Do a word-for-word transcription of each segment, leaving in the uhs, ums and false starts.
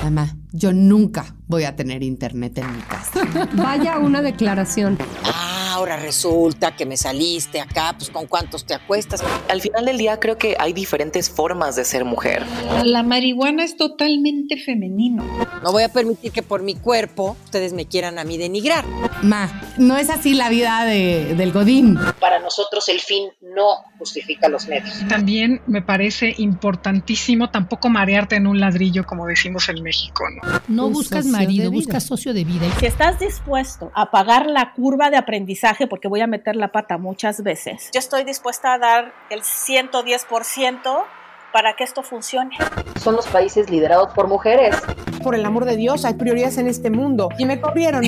Mamá, yo nunca voy a tener internet en mi casa. Vaya una declaración. Ah, ahora resulta que me saliste acá, pues ¿con cuántos te acuestas? Al final del día creo que hay diferentes formas de ser mujer. La marihuana es totalmente femenino. No voy a permitir que por mi cuerpo ustedes me quieran a mí denigrar. Ma, no es así la vida de, del godín. Para nosotros el fin no justifica los medios. También me parece importantísimo tampoco marearte en un ladrillo, como decimos en México, ¿no? No buscas marido, buscas socio de vida. Si estás dispuesto a pagar la curva de aprendizaje, porque voy a meter la pata muchas veces, yo estoy dispuesta a dar el ciento diez por ciento para que esto funcione. Son los países liderados por mujeres. Por el amor de Dios, hay prioridades en este mundo. Y me corrieron.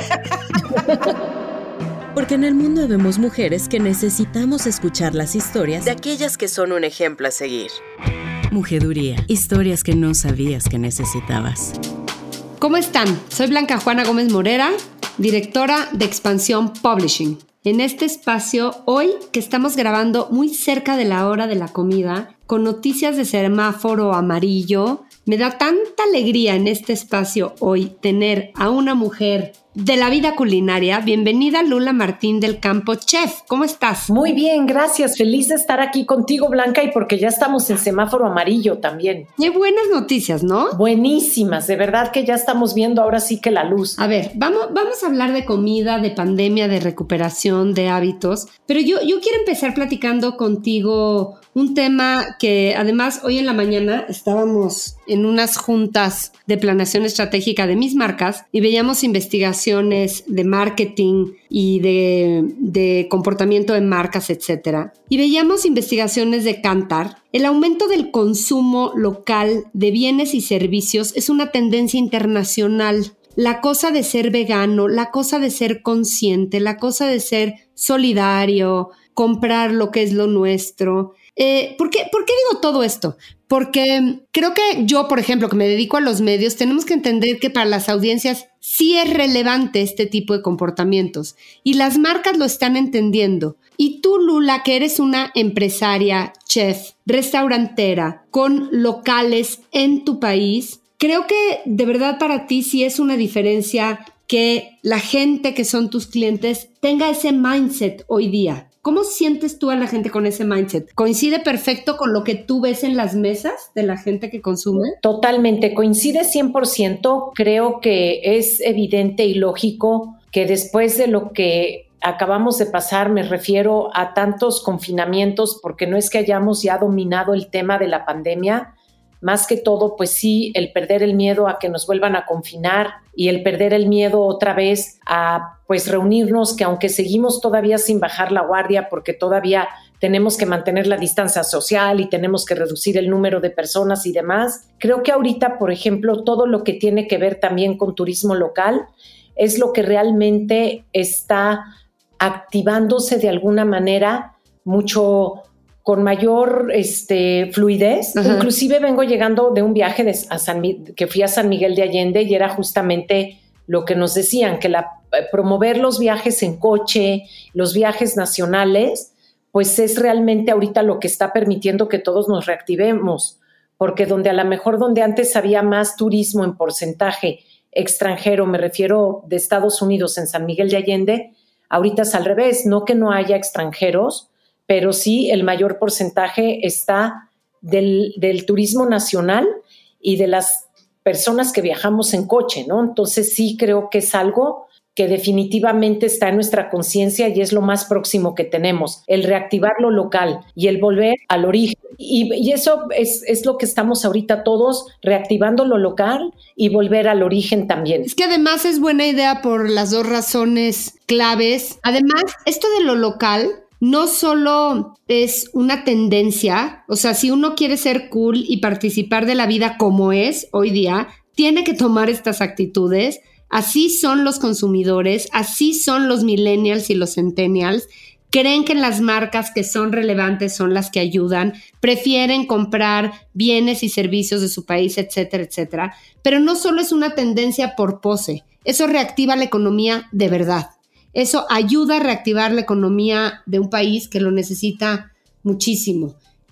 Porque en el mundo vemos mujeres que necesitamos escuchar las historias de aquellas que son un ejemplo a seguir. Mujeduría. Historias que no sabías que necesitabas. ¿Cómo están? Soy Blanca Juana Gómez Morera, directora de Expansión Publishing. En este espacio, hoy que estamos grabando muy cerca de la hora de la comida, con noticias de semáforo amarillo, me da tanta alegría en este espacio hoy tener a una mujer de la vida culinaria. Bienvenida Lula Martín del Campo, chef. ¿Cómo estás? Muy bien, gracias. Feliz de estar aquí contigo, Blanca, y porque ya estamos en semáforo amarillo también. Qué buenas noticias, ¿no? Buenísimas, de verdad que ya estamos viendo ahora sí que la luz. A ver, vamos, vamos a hablar de comida, de pandemia, de recuperación, de hábitos, pero yo, yo quiero empezar platicando contigo un tema que además hoy en la mañana estábamos en unas juntas de planeación estratégica de mis marcas y veíamos investigaciones de marketing y de, de comportamiento de marcas, etcétera. Y veíamos investigaciones de Kantar. El aumento del consumo local de bienes y servicios es una tendencia internacional. La cosa de ser vegano, la cosa de ser consciente, la cosa de ser solidario, comprar lo que es lo nuestro. Eh, ¿por qué, ¿Por qué digo todo esto? Porque creo que yo, por ejemplo, que me dedico a los medios, tenemos que entender que para las audiencias sí es relevante este tipo de comportamientos y las marcas lo están entendiendo. Y tú, Lula, que eres una empresaria, chef, restaurantera, con locales en tu país, creo que de verdad para ti sí es una diferencia que la gente que son tus clientes tenga ese mindset hoy día. ¿Cómo sientes tú a la gente con ese mindset? ¿Coincide perfecto con lo que tú ves en las mesas de la gente que consume? Totalmente, coincide cien por ciento. Creo que es evidente y lógico que después de lo que acabamos de pasar, me refiero a tantos confinamientos, porque no es que hayamos ya dominado el tema de la pandemia, más que todo, pues sí, el perder el miedo a que nos vuelvan a confinar y el perder el miedo otra vez a pues reunirnos, que aunque seguimos todavía sin bajar la guardia, porque todavía tenemos que mantener la distancia social y tenemos que reducir el número de personas y demás. Creo que ahorita, por ejemplo, todo lo que tiene que ver también con turismo local es lo que realmente está activándose de alguna manera mucho con mayor este, fluidez. Ajá. Inclusive vengo llegando de un viaje de, a San, que fui a San Miguel de Allende y era justamente lo que nos decían, que la, promover los viajes en coche, los viajes nacionales, pues es realmente ahorita lo que está permitiendo que todos nos reactivemos, porque donde a lo mejor donde antes había más turismo en porcentaje extranjero, me refiero de Estados Unidos en San Miguel de Allende, ahorita es al revés, no que no haya extranjeros, pero sí el mayor porcentaje está del, del turismo nacional y de las personas que viajamos en coche, ¿no? Entonces sí creo que es algo que definitivamente está en nuestra conciencia y es lo más próximo que tenemos, el reactivar lo local y el volver al origen. Y, y eso es, es lo que estamos ahorita todos, reactivando lo local y volver al origen también. Es que además es buena idea por las dos razones claves. Además, esto de lo local no solo es una tendencia, o sea, si uno quiere ser cool y participar de la vida como es hoy día, tiene que tomar estas actitudes. Así son los consumidores, así son los millennials y los centennials. Creen que las marcas que son relevantes son las que ayudan, prefieren comprar bienes y servicios de su país, etcétera, etcétera. Pero no solo es una tendencia por pose, eso reactiva la economía de verdad. Eso ayuda a reactivar la economía de un país que lo necesita muchísimo.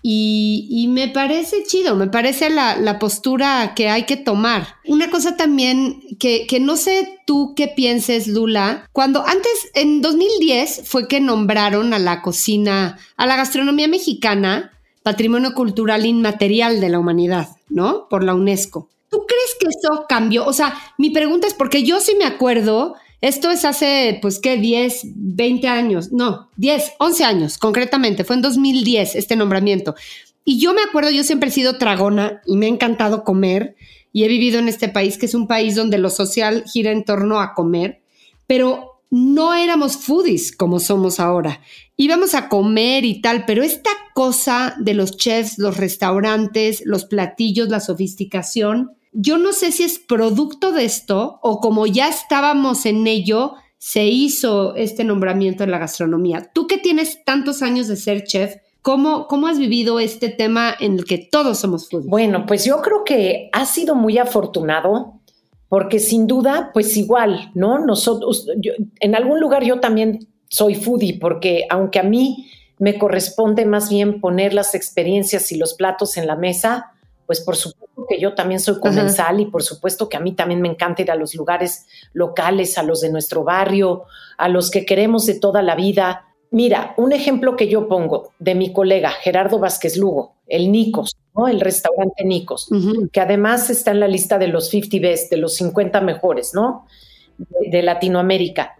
Y, y me parece chido, me parece la, la postura que hay que tomar. Una cosa también que, que no sé tú qué pienses, Lula, cuando antes, en dos mil diez, fue que nombraron a la cocina, a la gastronomía mexicana, Patrimonio Cultural Inmaterial de la Humanidad, ¿no? Por la UNESCO. ¿Tú crees que eso cambió? O sea, mi pregunta es porque yo sí me acuerdo, esto es hace, pues, ¿qué? diez, veinte años, no, diez, once años, concretamente, fue en dos mil diez este nombramiento. Y yo me acuerdo, yo siempre he sido tragona y me ha encantado comer y he vivido en este país, que es un país donde lo social gira en torno a comer, pero no éramos foodies como somos ahora. Íbamos a comer y tal, pero esta cosa de los chefs, los restaurantes, los platillos, la sofisticación, yo no sé si es producto de esto o como ya estábamos en ello, se hizo este nombramiento en la gastronomía. Tú que tienes tantos años de ser chef, ¿cómo, cómo has vivido este tema en el que todos somos foodies? Bueno, pues yo creo que ha sido muy afortunado porque sin duda, pues igual, ¿no? Nosotros, yo, en algún lugar yo también soy foodie porque aunque a mí me corresponde más bien poner las experiencias y los platos en la mesa, pues por supuesto que yo también soy comensal. Ajá. Y por supuesto que a mí también me encanta ir a los lugares locales, a los de nuestro barrio, a los que queremos de toda la vida. Mira, un ejemplo que yo pongo de mi colega Gerardo Vázquez Lugo, el Nicos, ¿no? El restaurante Nicos, uh-huh. que además está en la lista de los cincuenta best, de los cincuenta mejores, ¿no? De, de Latinoamérica.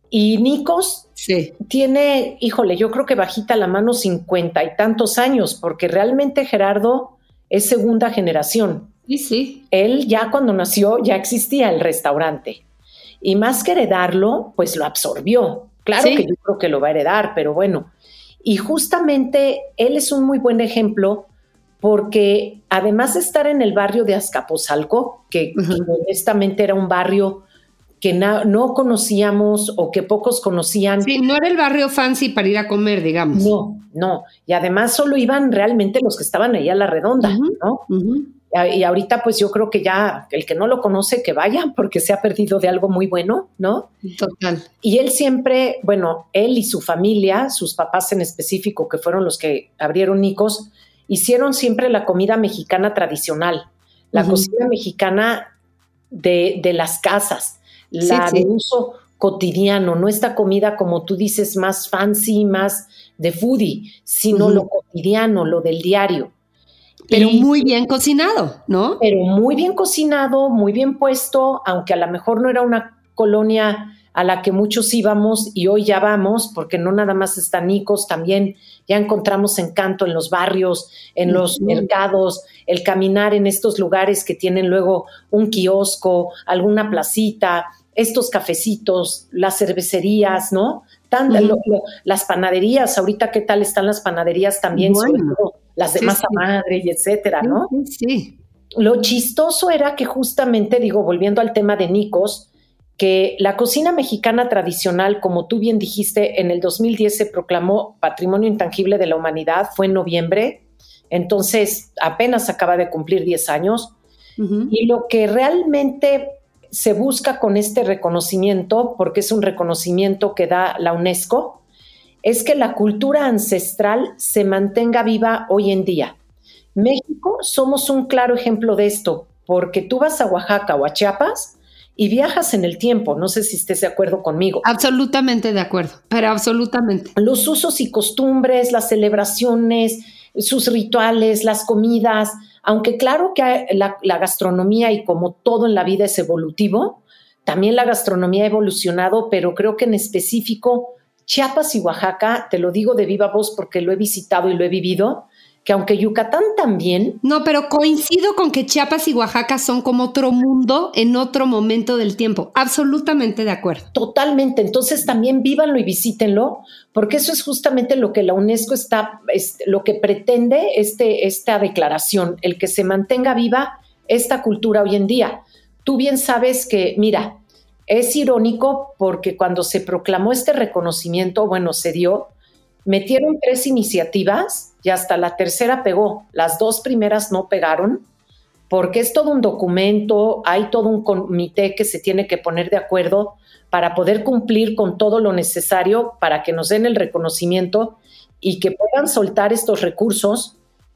Y Nicos sí. tiene, híjole, yo creo que bajita la mano cincuenta y tantos años, porque realmente Gerardo es segunda generación. Sí, sí. Él ya cuando nació ya existía el restaurante. Y más que heredarlo, pues lo absorbió. Claro sí. que yo creo que lo va a heredar, pero bueno. Y justamente él es un muy buen ejemplo porque además de estar en el barrio de Azcapotzalco, que, uh-huh. que honestamente era un barrio que na- no conocíamos o que pocos conocían. Sí, no era el barrio fancy para ir a comer, digamos. No, no. Y además solo iban realmente los que estaban ahí a la redonda, uh-huh. ¿no? Uh-huh. Y ahorita pues yo creo que ya el que no lo conoce que vaya porque se ha perdido de algo muy bueno, ¿no? Total. Y él siempre, bueno, él y su familia, sus papás en específico, que fueron los que abrieron Nicos, hicieron siempre la comida mexicana tradicional, la uh-huh. cocina mexicana de, de las casas, la sí, sí. de uso cotidiano, no esta comida como tú dices más fancy, más de foodie, sino uh-huh. lo cotidiano, lo del diario. Pero y, muy bien cocinado, ¿no? Pero muy bien cocinado, muy bien puesto, aunque a lo mejor no era una colonia a la que muchos íbamos y hoy ya vamos, porque no nada más está Nicos, también ya encontramos encanto en los barrios, en los uh-huh. mercados, el caminar en estos lugares que tienen luego un kiosco, alguna placita, estos cafecitos, las cervecerías, ¿no? Tan, uh-huh. lo, lo, las panaderías, ahorita qué tal están las panaderías también, bueno, sobre todo las de sí, masa sí. madre y etcétera, ¿no? Sí, sí. Lo chistoso era que justamente, digo, volviendo al tema de Nicos, que la cocina mexicana tradicional, como tú bien dijiste, en el dos mil diez se proclamó Patrimonio Intangible de la Humanidad, fue en noviembre, entonces apenas acaba de cumplir diez años, uh-huh. y lo que realmente se busca con este reconocimiento, porque es un reconocimiento que da la UNESCO, es que la cultura ancestral se mantenga viva hoy en día. México somos un claro ejemplo de esto, porque tú vas a Oaxaca o a Chiapas y viajas en el tiempo, no sé si estés de acuerdo conmigo. Absolutamente de acuerdo, pero absolutamente. Los usos y costumbres, las celebraciones, sus rituales, las comidas, aunque claro que la, la gastronomía y como todo en la vida es evolutivo, también la gastronomía ha evolucionado, pero creo que en específico Chiapas y Oaxaca, te lo digo de viva voz porque lo he visitado y lo he vivido, que aunque Yucatán también... No, pero coincido con que Chiapas y Oaxaca son como otro mundo en otro momento del tiempo. Absolutamente de acuerdo. Totalmente. Entonces también vívanlo y visítenlo, porque eso es justamente lo que la UNESCO está, es, lo que pretende este, esta declaración, el que se mantenga viva esta cultura hoy en día. Tú bien sabes que, mira, es irónico porque cuando se proclamó este reconocimiento, bueno, se dio, metieron tres iniciativas y hasta la tercera pegó. Las dos primeras no pegaron porque es todo un documento, hay todo un comité que se tiene que poner de acuerdo para poder cumplir con todo lo necesario para que nos den el reconocimiento y que puedan soltar estos recursos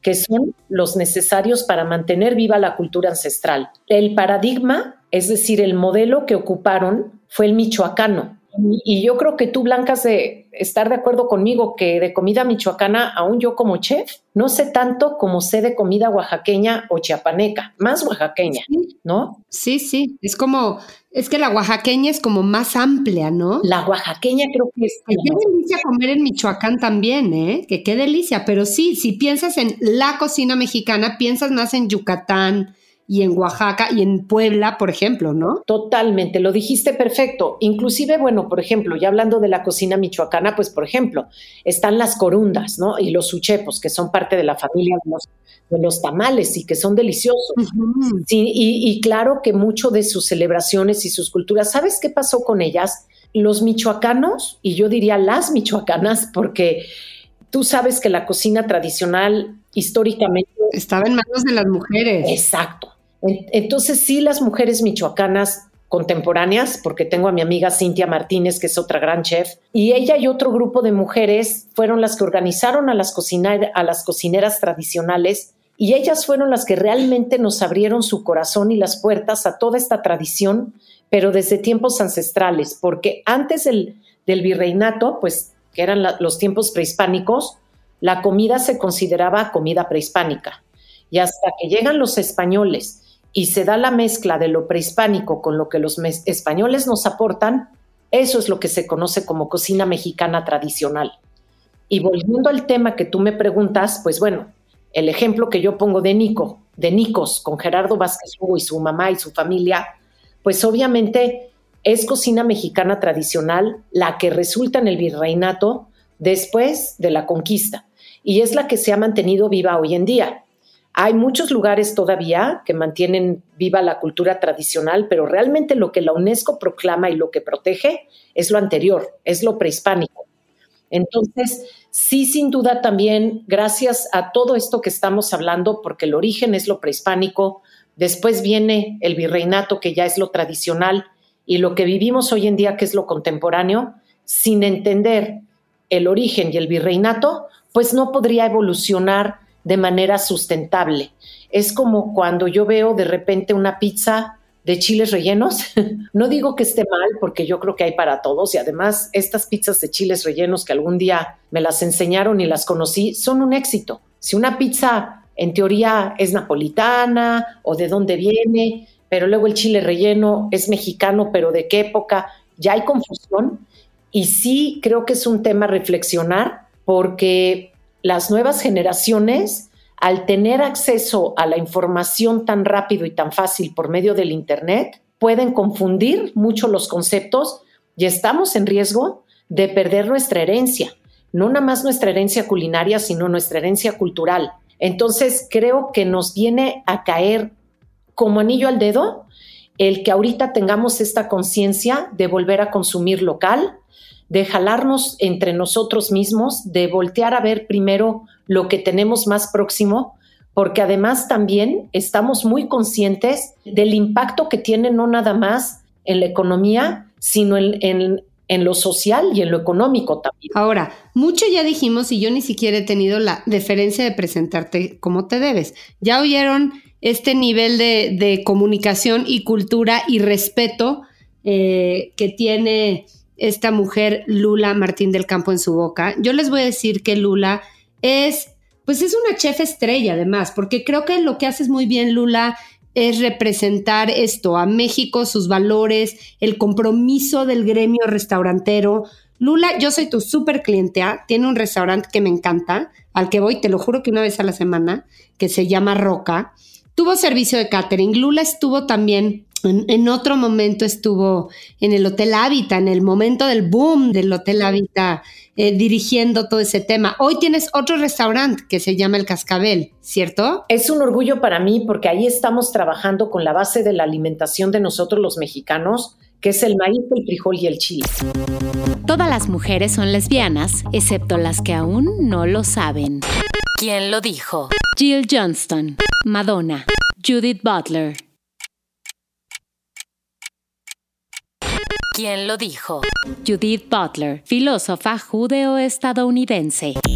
que son los necesarios para mantener viva la cultura ancestral. El paradigma, es decir, el modelo que ocuparon fue el michoacano. Y yo creo que tú, Blanca, has de estar de acuerdo conmigo que de comida michoacana, aún yo como chef, no sé tanto como sé de comida oaxaqueña o chiapaneca, más oaxaqueña, sí. ¿no? Sí, sí, es como, es que la oaxaqueña es como más amplia, ¿no? La oaxaqueña creo que es... Que qué delicia comer en Michoacán también, ¿eh? Que qué delicia, pero sí, si piensas en la cocina mexicana, piensas más en Yucatán y en Oaxaca y en Puebla, por ejemplo, ¿no? Totalmente, lo dijiste perfecto. Inclusive, bueno, por ejemplo, ya hablando de la cocina michoacana, pues, por ejemplo, están las corundas, ¿no? Y los uchepos, que son parte de la familia de los, de los tamales y que son deliciosos. Uh-huh. Sí, y, y claro que mucho de sus celebraciones y sus culturas, ¿sabes qué pasó con ellas? Los michoacanos, y yo diría las michoacanas, porque tú sabes que la cocina tradicional históricamente... estaba en manos de las mujeres. Exacto. Entonces sí, las mujeres michoacanas contemporáneas, porque tengo a mi amiga Cintia Martínez, que es otra gran chef, y ella y otro grupo de mujeres fueron las que organizaron a las, cocinar, a las cocineras tradicionales, y ellas fueron las que realmente nos abrieron su corazón y las puertas a toda esta tradición, pero desde tiempos ancestrales, porque antes del, del virreinato, pues que eran la, los tiempos prehispánicos, la comida se consideraba comida prehispánica. Y hasta que llegan los españoles y se da la mezcla de lo prehispánico con lo que los mes- españoles nos aportan, eso es lo que se conoce como cocina mexicana tradicional. Y volviendo al tema que tú me preguntas, pues bueno, el ejemplo que yo pongo de Nico, de Nicos, con Gerardo Vázquez Hugo y su mamá y su familia, pues obviamente es cocina mexicana tradicional la que resulta en el virreinato después de la conquista. Y es la que se ha mantenido viva hoy en día. Hay muchos lugares todavía que mantienen viva la cultura tradicional, pero realmente lo que la UNESCO proclama y lo que protege es lo anterior, es lo prehispánico. Entonces, sí, sin duda también, gracias a todo esto que estamos hablando, porque el origen es lo prehispánico, después viene el virreinato, que ya es lo tradicional, y lo que vivimos hoy en día, que es lo contemporáneo, sin entender el origen y el virreinato, pues no podría evolucionar de manera sustentable. Es como cuando yo veo de repente una pizza de chiles rellenos. No digo que esté mal, porque yo creo que hay para todos, y además estas pizzas de chiles rellenos que algún día me las enseñaron y las conocí, son un éxito. Si una pizza en teoría es napolitana o de dónde viene, pero luego el chile relleno es mexicano, pero de qué época, ya hay confusión. Y sí creo que es un tema a reflexionar, porque las nuevas generaciones, al tener acceso a la información tan rápido y tan fácil por medio del Internet, pueden confundir mucho los conceptos y estamos en riesgo de perder nuestra herencia, no nada más nuestra herencia culinaria, sino nuestra herencia cultural. Entonces, creo que nos viene a caer como anillo al dedo el que ahorita tengamos esta conciencia de volver a consumir local, de jalarnos entre nosotros mismos, de voltear a ver primero lo que tenemos más próximo, porque además también estamos muy conscientes del impacto que tiene no nada más en la economía, sino en, en, en lo social y en lo económico también. Ahora, mucho ya dijimos y yo ni siquiera he tenido la deferencia de presentarte como te debes. Ya oyeron este nivel de, de comunicación y cultura y respeto eh, que tiene esta mujer Lula Martín del Campo en su boca. Yo les voy a decir que Lula es, pues es una chef estrella además, porque creo que lo que haces muy bien, Lula, es representar esto, a México, sus valores, el compromiso del gremio restaurantero. Lula, yo soy tu súper clienta, tiene un restaurante que me encanta, al que voy, te lo juro que una vez a la semana, que se llama Roca. Tuvo servicio de catering. Lula estuvo también, en, en otro momento estuvo en el Hotel Hábitat, en el momento del boom del Hotel Hábitat, eh, dirigiendo todo ese tema. Hoy tienes otro restaurante que se llama El Cascabel, ¿cierto? Es un orgullo para mí porque ahí estamos trabajando con la base de la alimentación de nosotros los mexicanos, que es el maíz, el frijol y el chile. Todas las mujeres son lesbianas, excepto las que aún no lo saben. ¿Quién lo dijo? Jill Johnston, Madonna, Judith Butler. ¿Quién lo dijo? Judith Butler, filósofa judeo-estadounidense.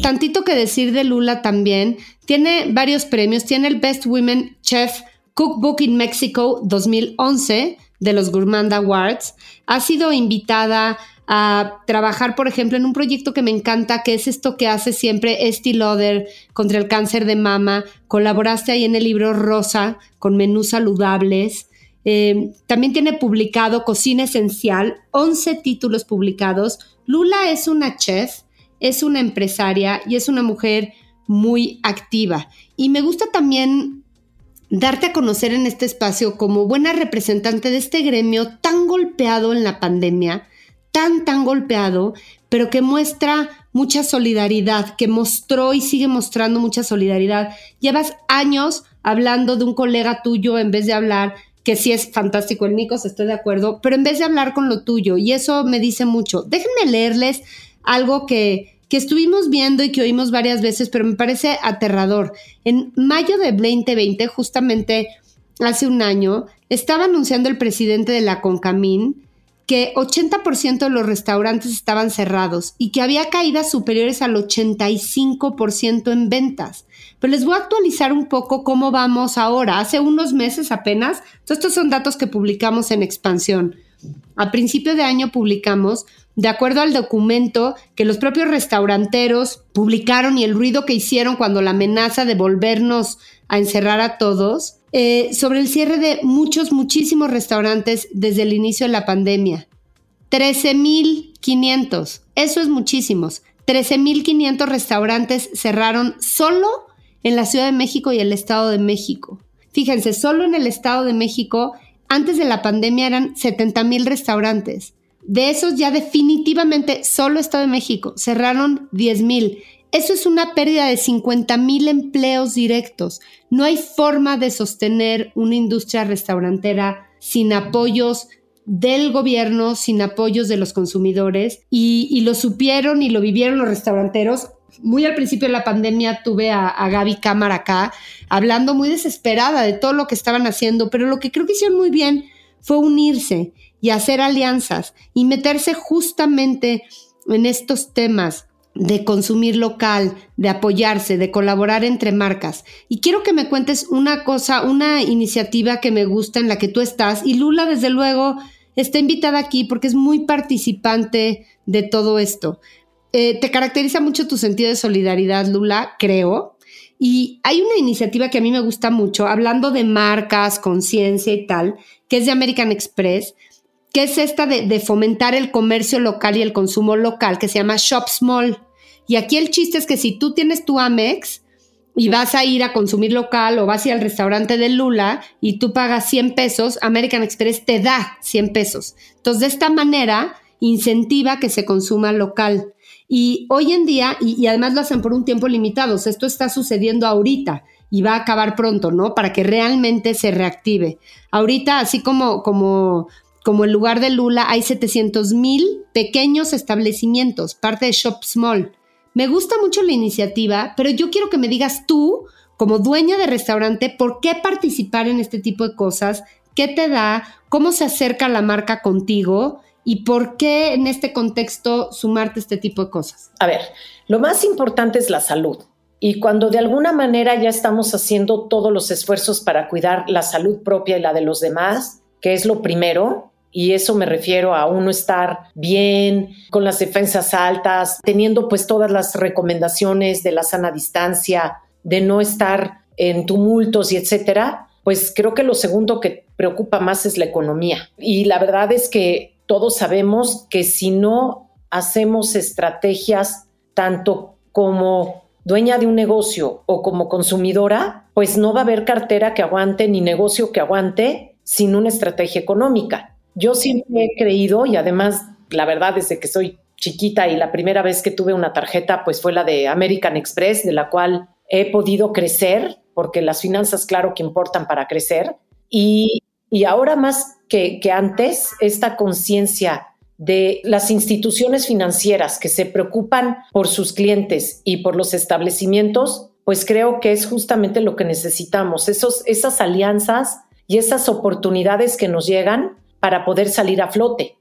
tantito que decir de Lula también. Tiene varios premios. Tiene el Best Women Chef Cookbook in Mexico dos mil once de los Gourmand Awards. Ha sido invitada a trabajar, por ejemplo, en un proyecto que me encanta, que es esto que hace siempre Estée Lauder contra el cáncer de mama. Colaboraste ahí en el libro Rosa con menús saludables. Eh, también tiene publicado Cocina Esencial, once títulos publicados. Lula es una chef, es una empresaria y es una mujer muy activa. Y me gusta también darte a conocer en este espacio como buena representante de este gremio tan golpeado en la pandemia, tan, tan golpeado, pero que muestra mucha solidaridad, que mostró y sigue mostrando mucha solidaridad. Llevas años hablando de un colega tuyo en vez de hablar, que sí es fantástico el Nikos, estoy de acuerdo, pero en vez de hablar con lo tuyo, y eso me dice mucho. Déjenme leerles algo que, que estuvimos viendo y que oímos varias veces, pero me parece aterrador. En mayo de veinte veinte, justamente hace un año, estaba anunciando el presidente de la CONCAMIN que ochenta por ciento de los restaurantes estaban cerrados y que había caídas superiores al ochenta y cinco por ciento en ventas. Pero les voy a actualizar un poco cómo vamos ahora. Hace unos meses apenas, estos son datos que publicamos en Expansión. A principio de año publicamos, de acuerdo al documento que los propios restauranteros publicaron y el ruido que hicieron cuando la amenaza de volvernos a encerrar a todos, eh, sobre el cierre de muchos, muchísimos restaurantes desde el inicio de la pandemia. trece mil quinientos, eso es muchísimos. trece mil quinientos restaurantes cerraron solo en la Ciudad de México y el Estado de México. Fíjense, solo en el Estado de México, antes de la pandemia eran setenta mil restaurantes. De esos ya definitivamente solo Estado de México cerraron diez mil. Eso es una pérdida de cincuenta mil empleos directos. No hay forma de sostener una industria restaurantera sin apoyos del gobierno, sin apoyos de los consumidores, y, y lo supieron y lo vivieron los restauranteros. Muy al principio de la pandemia tuve a, a Gaby Cámara acá, hablando muy desesperada de todo lo que estaban haciendo, pero lo que creo que hicieron muy bien fue unirse y hacer alianzas y meterse justamente en estos temas de consumir local, de apoyarse, de colaborar entre marcas. Y quiero que me cuentes una cosa, una iniciativa que me gusta en la que tú estás, y Lula desde luego está invitada aquí porque es muy participante de todo esto. Eh, te caracteriza mucho tu sentido de solidaridad, Lula, creo, y hay una iniciativa que a mí me gusta mucho, hablando de marcas, conciencia y tal, que es de American Express, que es esta de, de fomentar el comercio local y el consumo local, que se llama Shop Small. Y aquí el chiste es que si tú tienes tu Amex y vas a ir a consumir local o vas a ir al restaurante de Lula y tú pagas cien pesos, American Express te da cien pesos. Entonces, de esta manera, incentiva que se consuma local. Y hoy en día, y, y además lo hacen por un tiempo limitado, o sea, esto está sucediendo ahorita y va a acabar pronto, ¿no? Para que realmente se reactive. Ahorita, así como, como, como el lugar de Lula, hay setecientos mil pequeños establecimientos, parte de Shop Small. Me gusta mucho la iniciativa, pero yo quiero que me digas tú, como dueña de restaurante, ¿por qué participar en este tipo de cosas? ¿Qué te da? ¿Cómo se acerca la marca contigo? ¿Y por qué en este contexto sumarte a este tipo de cosas? A ver, lo más importante es la salud. Y cuando de alguna manera ya estamos haciendo todos los esfuerzos para cuidar la salud propia y la de los demás, que es lo primero, y eso me refiero a uno estar bien, con las defensas altas, teniendo pues todas las recomendaciones de la sana distancia, de no estar en tumultos y etcétera, pues creo que lo segundo que preocupa más es la economía. Y la verdad es que todos sabemos que si no hacemos estrategias tanto como dueña de un negocio o como consumidora, pues no va a haber cartera que aguante ni negocio que aguante sin una estrategia económica. Yo siempre he creído, y además, la verdad, desde que soy chiquita y la primera vez que tuve una tarjeta, pues fue la de American Express, de la cual he podido crecer, porque las finanzas, claro que importan para crecer. Y, y ahora más que, que antes, esta conciencia de las instituciones financieras que se preocupan por sus clientes y por los establecimientos, pues creo que es justamente lo que necesitamos, esos, esas alianzas y esas oportunidades que nos llegan para poder salir a flote.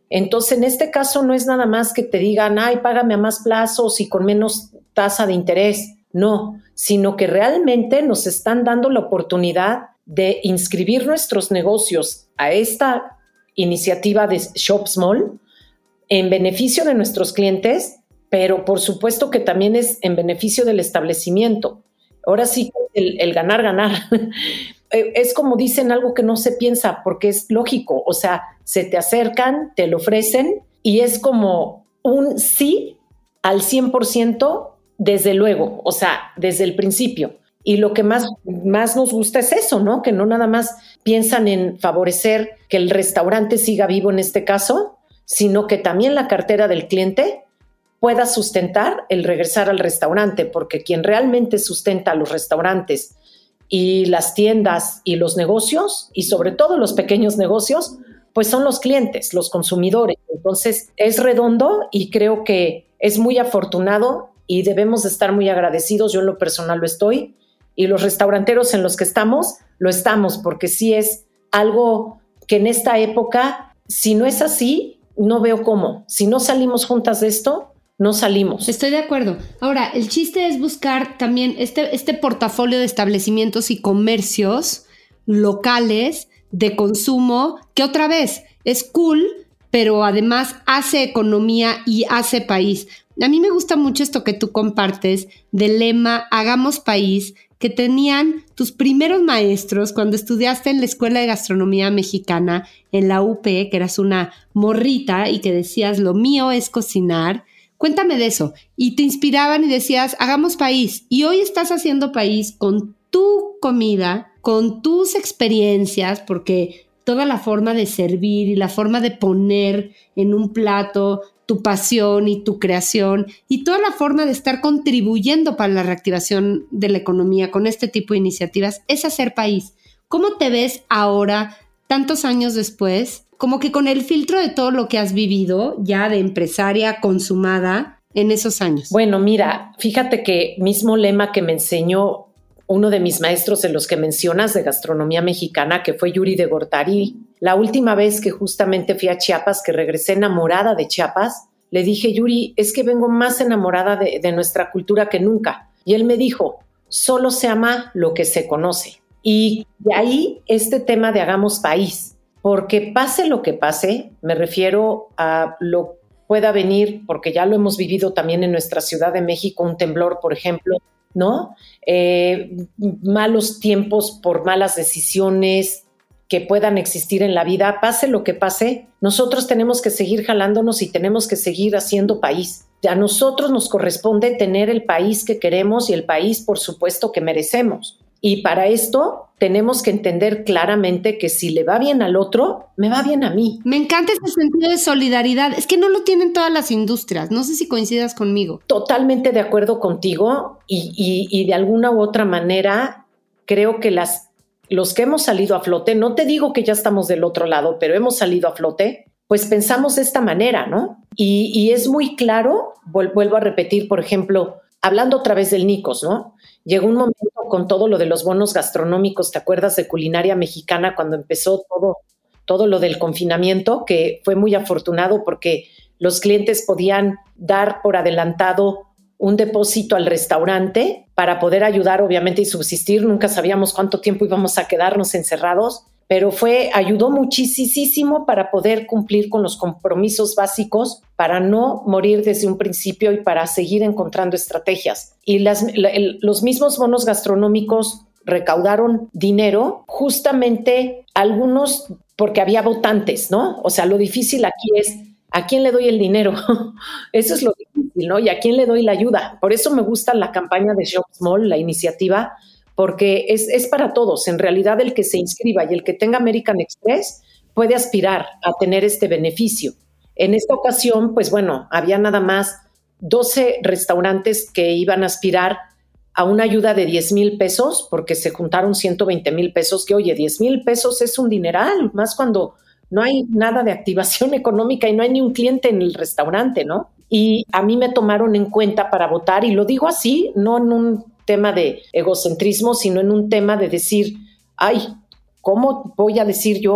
Entonces, en este caso no es nada más que te digan, ay, págame a más plazos y con menos tasa de interés. No, sino que realmente nos están dando la oportunidad de inscribir nuestros negocios a esta iniciativa de Shop Small en beneficio de nuestros clientes, pero por supuesto que también es en beneficio del establecimiento. Ahora sí, el, el ganar, ganar. Es como dicen algo que no se piensa porque es lógico. O sea, se te acercan, te lo ofrecen y es como un sí al cien por ciento desde luego, o sea, desde el principio. Y lo que más, más nos gusta es eso, ¿no? Que no nada más piensan en favorecer que el restaurante siga vivo en este caso, sino que también la cartera del cliente pueda sustentar el regresar al restaurante, porque quien realmente sustenta los restaurantes y las tiendas y los negocios, y sobre todo los pequeños negocios, pues son los clientes, los consumidores. Entonces es redondo y creo que es muy afortunado y debemos de estar muy agradecidos. Yo en lo personal lo estoy, y los restauranteros en los que estamos, lo estamos, porque sí es algo que en esta época, si no es así, no veo cómo. Si no salimos juntas de esto, no salimos. Estoy de acuerdo. Ahora, el chiste es buscar también este, este portafolio de establecimientos y comercios locales de consumo, que otra vez es cool, pero además hace economía y hace país. A mí me gusta mucho esto que tú compartes del lema Hagamos País, que tenían tus primeros maestros cuando estudiaste en la Escuela de Gastronomía Mexicana en la U P, que eras una morrita y que decías, lo mío es cocinar. Cuéntame de eso. Y te inspiraban y decías, hagamos país. Y hoy estás haciendo país con tu comida, con tus experiencias, porque toda la forma de servir y la forma de poner en un plato tu pasión y tu creación y toda la forma de estar contribuyendo para la reactivación de la economía con este tipo de iniciativas es hacer país. ¿Cómo te ves ahora, tantos años después, como que con el filtro de todo lo que has vivido ya de empresaria consumada en esos años? Bueno, mira, fíjate que mismo lema que me enseñó uno de mis maestros en los que mencionas de gastronomía mexicana, que fue Yuri de Gortari. La última vez que justamente fui a Chiapas, que regresé enamorada de Chiapas, le dije, Yuri, es que vengo más enamorada de, de nuestra cultura que nunca. Y él me dijo, solo se ama lo que se conoce. Y de ahí este tema de hagamos país, porque pase lo que pase, me refiero a lo pueda venir, porque ya lo hemos vivido también en nuestra Ciudad de México, un temblor, por ejemplo, ¿no? Eh, malos tiempos por malas decisiones que puedan existir en la vida, pase lo que pase, nosotros tenemos que seguir jalándonos y tenemos que seguir haciendo país. A nosotros nos corresponde tener el país que queremos y el país, por supuesto, que merecemos. Y para esto tenemos que entender claramente que si le va bien al otro, me va bien a mí. Me encanta ese sentido de solidaridad. Es que no lo tienen todas las industrias. No sé si coincidas conmigo. Totalmente de acuerdo contigo y, y, y de alguna u otra manera creo que las, los que hemos salido a flote, no te digo que ya estamos del otro lado, pero hemos salido a flote, pues pensamos de esta manera, ¿no? Y, y es muy claro, vuelvo a repetir, por ejemplo, hablando otra vez del Nikos, ¿no? Llegó un momento con todo lo de los bonos gastronómicos, ¿te acuerdas de Culinaria Mexicana cuando empezó todo, todo lo del confinamiento? Que fue muy afortunado porque los clientes podían dar por adelantado un depósito al restaurante para poder ayudar, obviamente, y subsistir. Nunca sabíamos cuánto tiempo íbamos a quedarnos encerrados, pero fue, ayudó muchísimo para poder cumplir con los compromisos básicos, para no morir desde un principio y para seguir encontrando estrategias. Y las, la, el, los mismos bonos gastronómicos recaudaron dinero, justamente algunos porque había votantes, ¿no? O sea, lo difícil aquí es, ¿a quién le doy el dinero? Eso es lo difícil, ¿no? ¿Y a quién le doy la ayuda? Por eso me gusta la campaña de Shop Small, la iniciativa, porque es, es para todos. En realidad, el que se inscriba y el que tenga American Express puede aspirar a tener este beneficio. En esta ocasión, pues bueno, había nada más doce restaurantes que iban a aspirar a una ayuda de diez mil pesos, porque se juntaron ciento veinte mil pesos, que oye, diez mil pesos es un dineral, más cuando no hay nada de activación económica y no hay ni un cliente en el restaurante, ¿no? Y a mí me tomaron en cuenta para votar, y lo digo así, no en un tema de egocentrismo, sino en un tema de decir, ay, ¿cómo voy a decir yo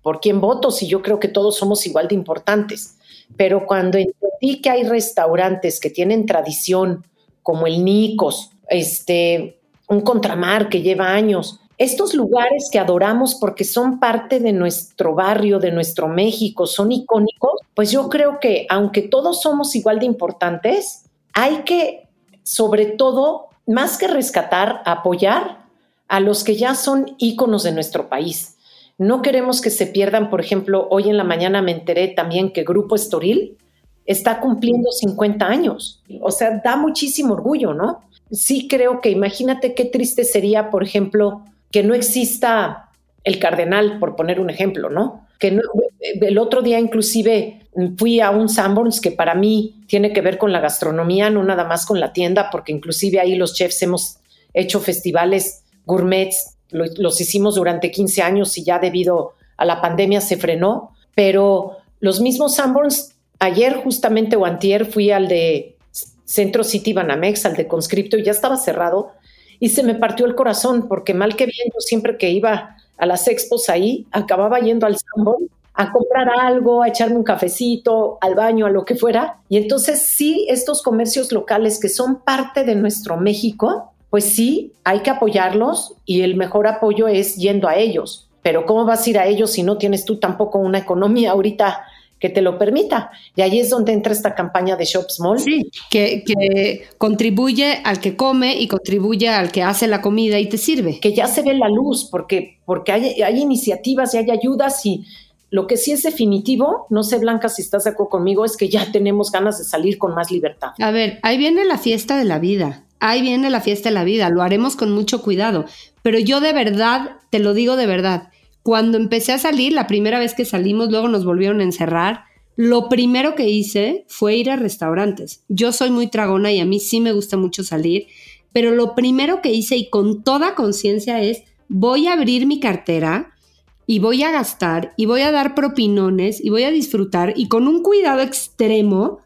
por quién voto, si yo creo que todos somos igual de importantes. Pero cuando entendí que hay restaurantes que tienen tradición, como el Nicos, este, un Contramar que lleva años, estos lugares que adoramos porque son parte de nuestro barrio, de nuestro México, son icónicos, pues yo creo que aunque todos somos igual de importantes, hay que, sobre todo, más que rescatar, apoyar a los que ya son íconos de nuestro país. No queremos que se pierdan, por ejemplo, hoy en la mañana me enteré también que Grupo Estoril está cumpliendo cincuenta años. O sea, da muchísimo orgullo, ¿no? Sí creo que imagínate qué triste sería, por ejemplo, que no exista el Cardenal, por poner un ejemplo, ¿no? Que no, el otro día inclusive fui a un Sanborns que para mí tiene que ver con la gastronomía, no nada más con la tienda, porque inclusive ahí los chefs hemos hecho festivales gourmets, lo, los hicimos durante quince años y ya debido a la pandemia se frenó, pero los mismos Sanborns, ayer justamente o antier fui al de Centro City Banamex, al de Conscripto, y ya estaba cerrado y se me partió el corazón porque mal que bien yo siempre que iba a las expos ahí, acababa yendo al Sanborns a comprar algo, a echarme un cafecito, al baño, a lo que fuera. Y entonces sí, estos comercios locales que son parte de nuestro México, pues sí, hay que apoyarlos y el mejor apoyo es yendo a ellos. Pero ¿cómo vas a ir a ellos si no tienes tú tampoco una economía ahorita que te lo permita? Y ahí es donde entra esta campaña de Shop Small. Sí, que, que contribuye al que come y contribuye al que hace la comida y te sirve. Que ya se ve la luz porque, porque hay, hay iniciativas y hay ayudas y lo que sí es definitivo, no sé, Blanca, si estás de acuerdo conmigo, es que ya tenemos ganas de salir con más libertad. A ver, ahí viene la fiesta de la vida. Ahí viene la fiesta de la vida, lo haremos con mucho cuidado, pero yo de verdad, te lo digo de verdad, cuando empecé a salir, la primera vez que salimos, luego nos volvieron a encerrar, lo primero que hice fue ir a restaurantes. Yo soy muy tragona y a mí sí me gusta mucho salir, pero lo primero que hice y con toda conciencia es, voy a abrir mi cartera y voy a gastar y voy a dar propinones y voy a disfrutar y con un cuidado extremo.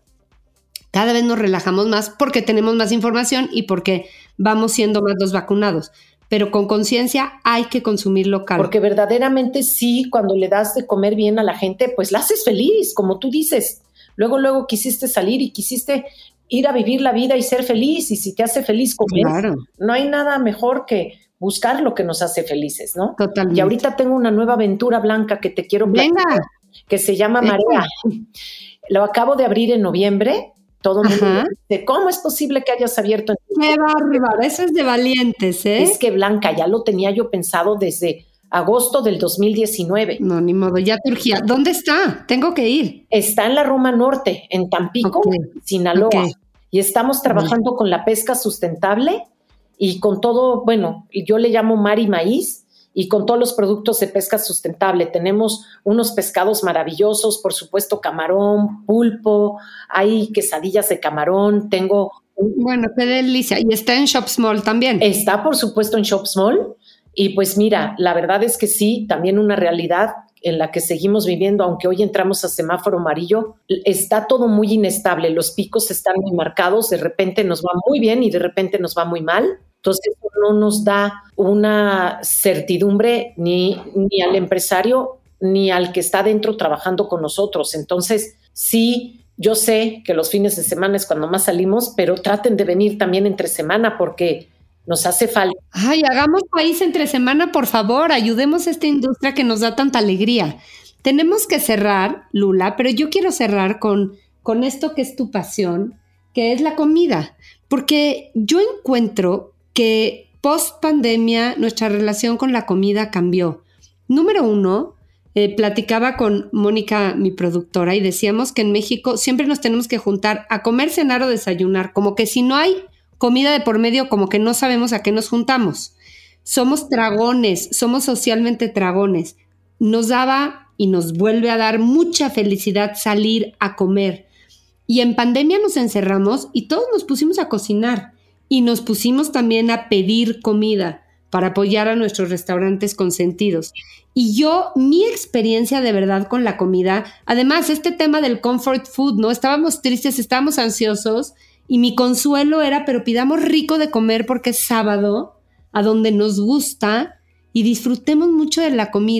Cada vez nos relajamos más porque tenemos más información y porque vamos siendo más los vacunados. Pero con conciencia hay que consumir local. Porque verdaderamente sí, cuando le das de comer bien a la gente, pues la haces feliz, como tú dices. Luego, luego quisiste salir y quisiste ir a vivir la vida y ser feliz. Y si te hace feliz comer, claro, no hay nada mejor que buscar lo que nos hace felices, ¿no? Totalmente. Y ahorita tengo una nueva aventura, Blanca, que te quiero platicar, Venga. que se llama Marea. Lo acabo de abrir en noviembre. Todo el mundo dice, ¿cómo es posible que hayas abierto? ¡Qué bárbaro! Eso es de valientes, ¿eh? Es que, Blanca, ya lo tenía yo pensado desde agosto del dos mil diecinueve. No, ni modo, ya te urgía. ¿Dónde está? Tengo que ir. Está en la Roma Norte, en Tampico, okay. Sinaloa. Okay. Y estamos trabajando okay. con la pesca sustentable y con todo, bueno, yo le llamo mar y maíz, y con todos los productos de pesca sustentable. Tenemos unos pescados maravillosos, por supuesto, camarón, pulpo, hay quesadillas de camarón, tengo... Bueno, qué delicia. ¿Y está en Shop Small también? Está, por supuesto, en Shop Small. Y pues mira, la verdad es que sí, también una realidad en la que seguimos viviendo, aunque hoy entramos a semáforo amarillo, está todo muy inestable, los picos están muy marcados, de repente nos va muy bien y de repente nos va muy mal. Entonces no nos da una certidumbre ni, ni al empresario ni al que está dentro trabajando con nosotros. Entonces sí, yo sé que los fines de semana es cuando más salimos, pero traten de venir también entre semana porque nos hace falta. Ay, hagamos país entre semana, por favor, ayudemos a esta industria que nos da tanta alegría. Tenemos que cerrar, Lula, pero yo quiero cerrar con, con esto que es tu pasión, que es la comida, porque yo encuentro que post pandemia nuestra relación con la comida cambió. Número uno, eh, platicaba con Mónica, mi productora, y decíamos que en México siempre nos tenemos que juntar a comer, cenar o desayunar, como que si no hay comida de por medio, como que no sabemos a qué nos juntamos. Somos tragones, somos socialmente tragones. Nos daba y nos vuelve a dar mucha felicidad salir a comer. Y en pandemia nos encerramos y todos nos pusimos a cocinar. Y nos pusimos también a pedir comida para apoyar a nuestros restaurantes consentidos. Y yo, mi experiencia de verdad con la comida, además este tema del comfort food, ¿no? Estábamos tristes, estábamos ansiosos y mi consuelo era, pero pidamos rico de comer porque es sábado, a donde nos gusta y disfrutemos mucho de la comida.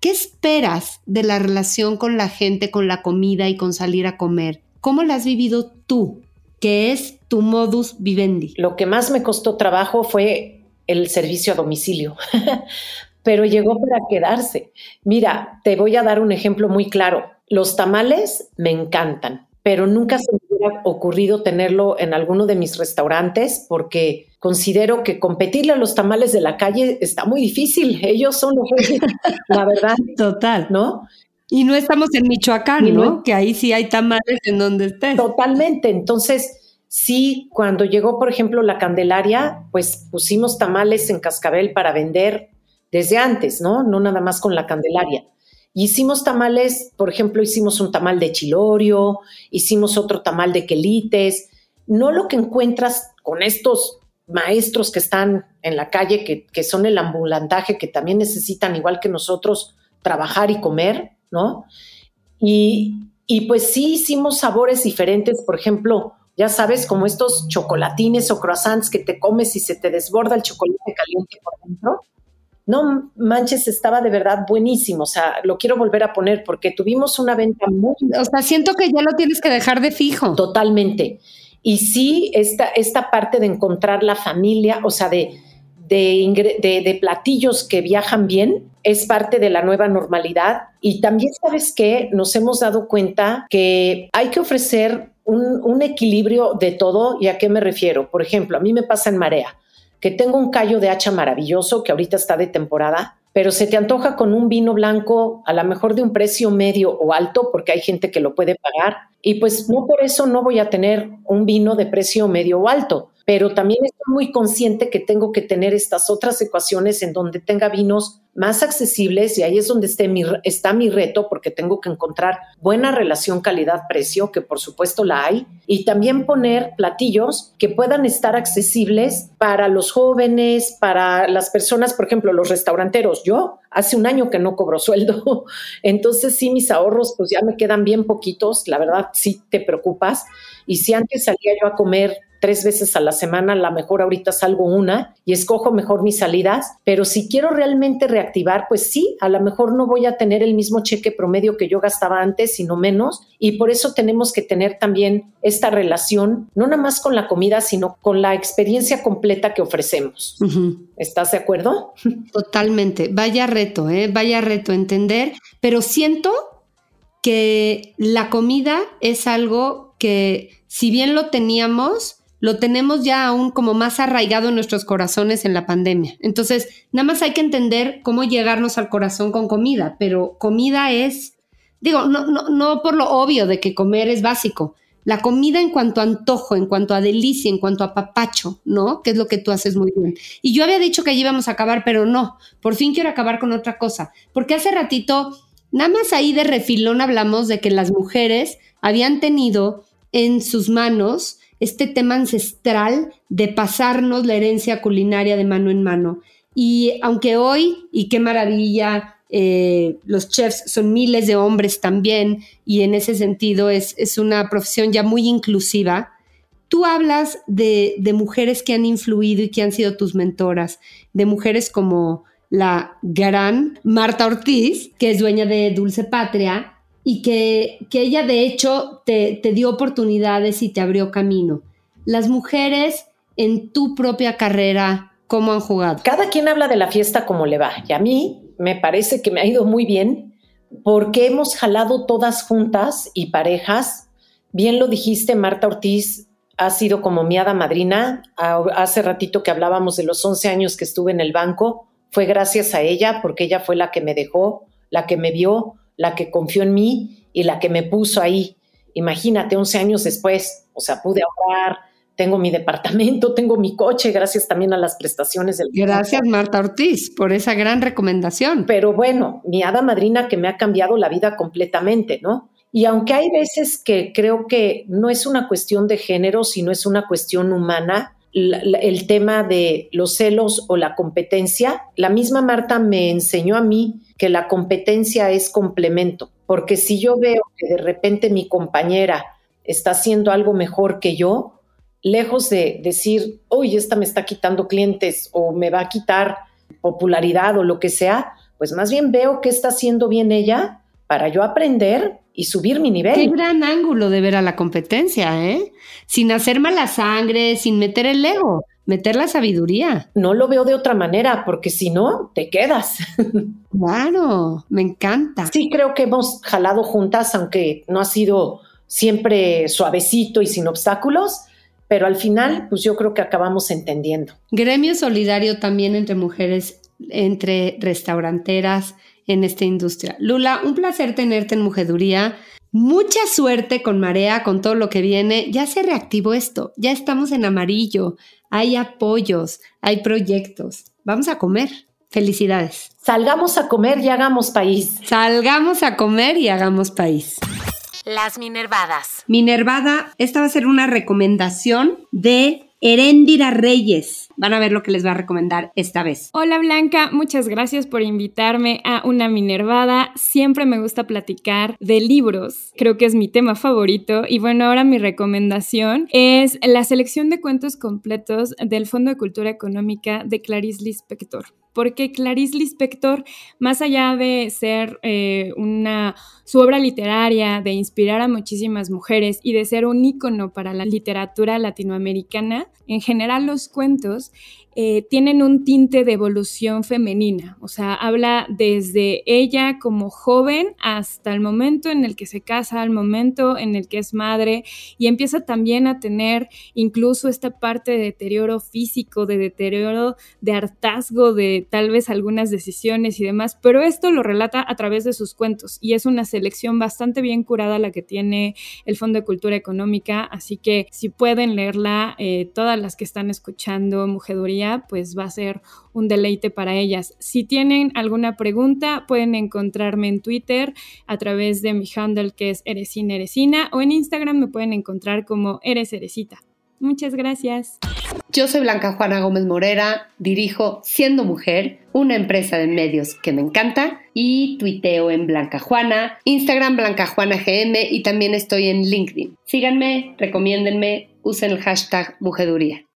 ¿qué esperas de la relación con la gente, con la comida y con salir a comer? ¿Cómo la has vivido tú? ¿Qué es tu modus vivendi? Lo que más me costó trabajo fue el servicio a domicilio, pero llegó para quedarse. Mira, te voy a dar un ejemplo muy claro. Los tamales me encantan, pero nunca se me hubiera ocurrido tenerlo en alguno de mis restaurantes porque considero que competirle a los tamales de la calle está muy difícil. Ellos son los reyes, la verdad. Total. ¿No? Y no estamos en Michoacán, ¿no? ¿no? Que ahí sí hay tamales en donde estés. Totalmente. Entonces, sí, cuando llegó, por ejemplo, la Candelaria, pues pusimos tamales en cascabel para vender desde antes, ¿no? No nada más con la Candelaria. Y hicimos tamales, por ejemplo, hicimos un tamal de chilorio, hicimos otro tamal de quelites. No lo que encuentras con estos maestros que están en la calle, que, que son el ambulantaje, que también necesitan, igual que nosotros, trabajar y comer, ¿no? Y, y pues sí hicimos sabores diferentes, por ejemplo, ya sabes, como estos chocolatines o croissants que te comes y se te desborda el chocolate caliente por dentro. No manches, estaba de verdad buenísimo, o sea, lo quiero volver a poner porque tuvimos una venta muy... O sea, siento que ya lo tienes que dejar de fijo. Totalmente. Y sí, esta, esta parte de encontrar la familia, o sea, de, de, de, de platillos que viajan bien, es parte de la nueva normalidad. Y también, ¿sabes qué? Nos hemos dado cuenta que hay que ofrecer un, un equilibrio de todo. ¿Y a qué me refiero? Por ejemplo, a mí me pasa en Marea, que tengo un callo de hacha maravilloso que ahorita está de temporada, pero se te antoja con un vino blanco a lo mejor de un precio medio o alto, porque hay gente que lo puede pagar, y pues no por eso no voy a tener un vino de precio medio o alto, pero también estoy muy consciente que tengo que tener estas otras ecuaciones en donde tenga vinos más accesibles, y ahí es donde esté mi, está mi reto, porque tengo que encontrar buena relación calidad-precio, que por supuesto la hay, y también poner platillos que puedan estar accesibles para los jóvenes, para las personas, por ejemplo, los restauranteros. Yo hace un año que no cobro sueldo, entonces sí, mis ahorros pues ya me quedan bien poquitos, la verdad sí te preocupas, y si antes salía yo a comer tres veces a la semana, a lo mejor ahorita salgo una y escojo mejor mis salidas, pero si quiero realmente reactivar, pues sí, a lo mejor no voy a tener el mismo cheque promedio que yo gastaba antes, sino menos, y por eso tenemos que tener también esta relación, no nada más con la comida, sino con la experiencia completa que ofrecemos. Uh-huh. ¿Estás de acuerdo? Totalmente. Vaya reto, ¿eh? Vaya reto entender, pero siento que la comida es algo que, si bien lo teníamos, lo tenemos ya aún como más arraigado en nuestros corazones en la pandemia. Entonces, nada más hay que entender cómo llegarnos al corazón con comida, pero comida es, digo, no, no, no por lo obvio de que comer es básico. La comida en cuanto a antojo, en cuanto a delicia, en cuanto a papacho, ¿no? Que es lo que tú haces muy bien. Y yo había dicho que allí íbamos a acabar, pero no. Por fin quiero acabar con otra cosa. Porque hace ratito, nada más ahí de refilón hablamos de que las mujeres habían tenido en sus manos este tema ancestral de pasarnos la herencia culinaria de mano en mano. Y aunque hoy, y qué maravilla, eh, los chefs son miles de hombres también, y en ese sentido es, es una profesión ya muy inclusiva, tú hablas de, de mujeres que han influido y que han sido tus mentoras, de mujeres como la gran Marta Ortiz, que es dueña de Dulce Patria, y que, que ella de hecho te, te dio oportunidades y te abrió camino. Las mujeres en tu propia carrera, ¿cómo han jugado? Cada quien habla de la fiesta como le va, y a mí me parece que me ha ido muy bien porque hemos jalado todas juntas y parejas. Bien lo dijiste, Marta Ortiz ha sido como mi hada madrina. Hace ratito que hablábamos de los once años que estuve en el banco, fue gracias a ella, porque ella fue la que me dejó, la que me vio, la que confió en mí y la que me puso ahí. Imagínate, once años después, o sea, pude ahorrar, tengo mi departamento, tengo mi coche, gracias también a las prestaciones del... Gracias, Marta Ortiz, por esa gran recomendación. Pero bueno, mi hada madrina que me ha cambiado la vida completamente, ¿no? Y aunque hay veces que creo que no es una cuestión de género, sino es una cuestión humana, la, la, el tema de los celos o la competencia, la misma Marta me enseñó a mí que la competencia es complemento, porque si yo veo que de repente mi compañera está haciendo algo mejor que yo, lejos de decir, oye, esta me está quitando clientes o me va a quitar popularidad o lo que sea, pues más bien veo qué está haciendo bien ella para yo aprender y subir mi nivel. Qué gran ángulo de ver a la competencia, ¿eh? Sin hacer mala sangre, sin meter el ego, meter la sabiduría. No lo veo de otra manera, porque si no, te quedas. Claro, me encanta. Sí, creo que hemos jalado juntas, aunque no ha sido siempre suavecito y sin obstáculos, pero al final, pues yo creo que acabamos entendiendo. Gremio solidario también entre mujeres, entre restauranteras en esta industria. Lula, un placer tenerte en Mujeduría. Mucha suerte con Marea, con todo lo que viene. Ya se reactivó esto, ya estamos en amarillo, hay apoyos, hay proyectos. Vamos a comer. Felicidades. Salgamos a comer y hagamos país. Salgamos a comer y hagamos país. Las Minervadas. Minervada, esta va a ser una recomendación de Heréndira Reyes. Van a ver lo que les va a recomendar esta vez. Hola Blanca, muchas gracias por invitarme a una Minervada. Siempre me gusta platicar de libros, creo que es mi tema favorito. Y bueno, ahora mi recomendación es la selección de cuentos completos del Fondo de Cultura Económica de Clarice Lispector. Porque Clarice Lispector, más allá de ser eh, una, su obra literaria, de inspirar a muchísimas mujeres y de ser un ícono para la literatura latinoamericana, en general los cuentos eh, tienen un tinte de evolución femenina. O sea, habla desde ella como joven hasta el momento en el que se casa, al momento en el que es madre, y empieza también a tener incluso esta parte de deterioro físico, de deterioro de hartazgo, de tal vez algunas decisiones y demás, pero esto lo relata a través de sus cuentos y es una selección bastante bien curada la que tiene el Fondo de Cultura Económica, así que si pueden leerla, eh, todas las que están escuchando Mujeduría, pues va a ser un deleite para ellas. Si tienen alguna pregunta, pueden encontrarme en Twitter a través de mi handle que es Eresina Eresina, o en Instagram me pueden encontrar como Eres Eresita. Muchas gracias. Yo soy Blanca Juana Gómez Morera, dirijo Siendo Mujer, una empresa de medios que me encanta, y tuiteo en Blanca Juana, Instagram Blanca Juana G M, y también estoy en LinkedIn. Síganme, recomiéndenme, usen el hashtag Mujeduría.